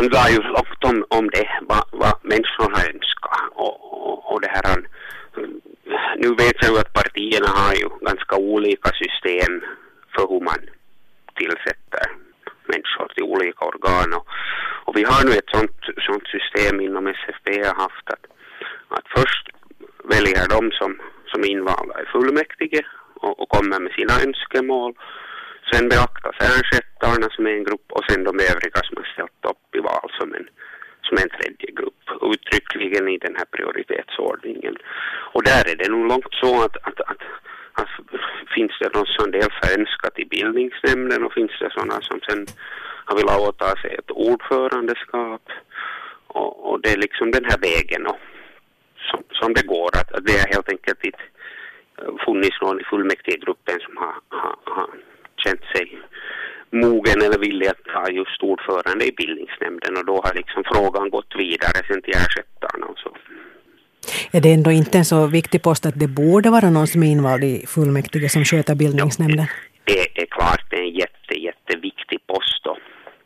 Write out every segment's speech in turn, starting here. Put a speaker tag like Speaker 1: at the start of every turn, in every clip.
Speaker 1: handlar ju om det, vad människor har önskat. Och det här, nu vet jag ju att partierna har ju ganska olika system för hur man tillsätter människor till olika organ. Och vi har nu ett sånt system inom SFP har haft att först väljer de som invalda i fullmäktige och kommer med sina önskemål. Sen beaktas ersättarna som är en grupp och sen de övriga som har ställt upp i val som en tredje grupp. Uttryckligen i den här prioritetsordningen. Och där är det nog långt så att finns det någon som dels har önskat i bildningsnämnden och finns det sådana som sen har velat åta sig ett ordförandeskap. Och det är liksom den här vägen som det går att det är helt enkelt inte funnits någon i fullmäktigegruppen som har känt sig mogen eller villig att ta just ordförande i bildningsnämnden och då har liksom frågan gått vidare sen till ersättarna och så.
Speaker 2: Är det ändå inte en så viktig post att det borde vara någon som är invald i fullmäktige som sköter bildningsnämnden?
Speaker 1: Det är klart, det är en jätteviktig post då.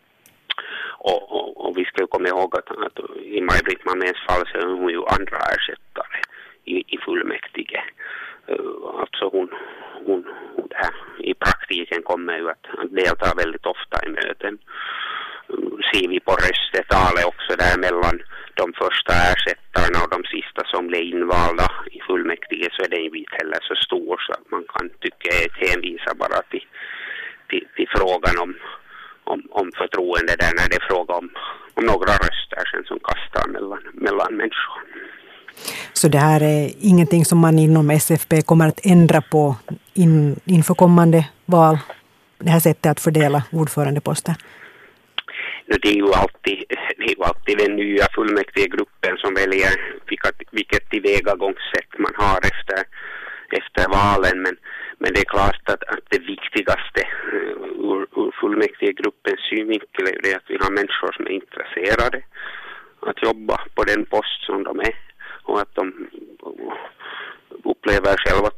Speaker 1: Och vi ska ju komma ihåg att i Maj-Britt Maméns fall så är hon ju andra ersättare i fullmäktige. Alltså hon där, i praktiken kommer ju att delta väldigt ofta i möten. Ser vi på röstetalet också där mellan de första ersättarna och de sista som blir invalda i fullmäktige så är den ju inte heller så stor så att man kan tycka att hänvisa bara till frågan om förtroende där när det är fråga om några röster sen som kastar mellan människor.
Speaker 2: Så det här är ingenting som man inom SFP kommer att ändra på inför kommande val? Det här sättet att fördela ordförandeposter?
Speaker 1: Det är ju alltid den nya fullmäktigegruppen som väljer vilket tillvägagångssätt man har efter valen. Men det är klart att det viktigaste ur fullmäktigegruppens synvinkel är det att vi har människor som är intresserade att jobba på den post som de är. Och att de upplever själva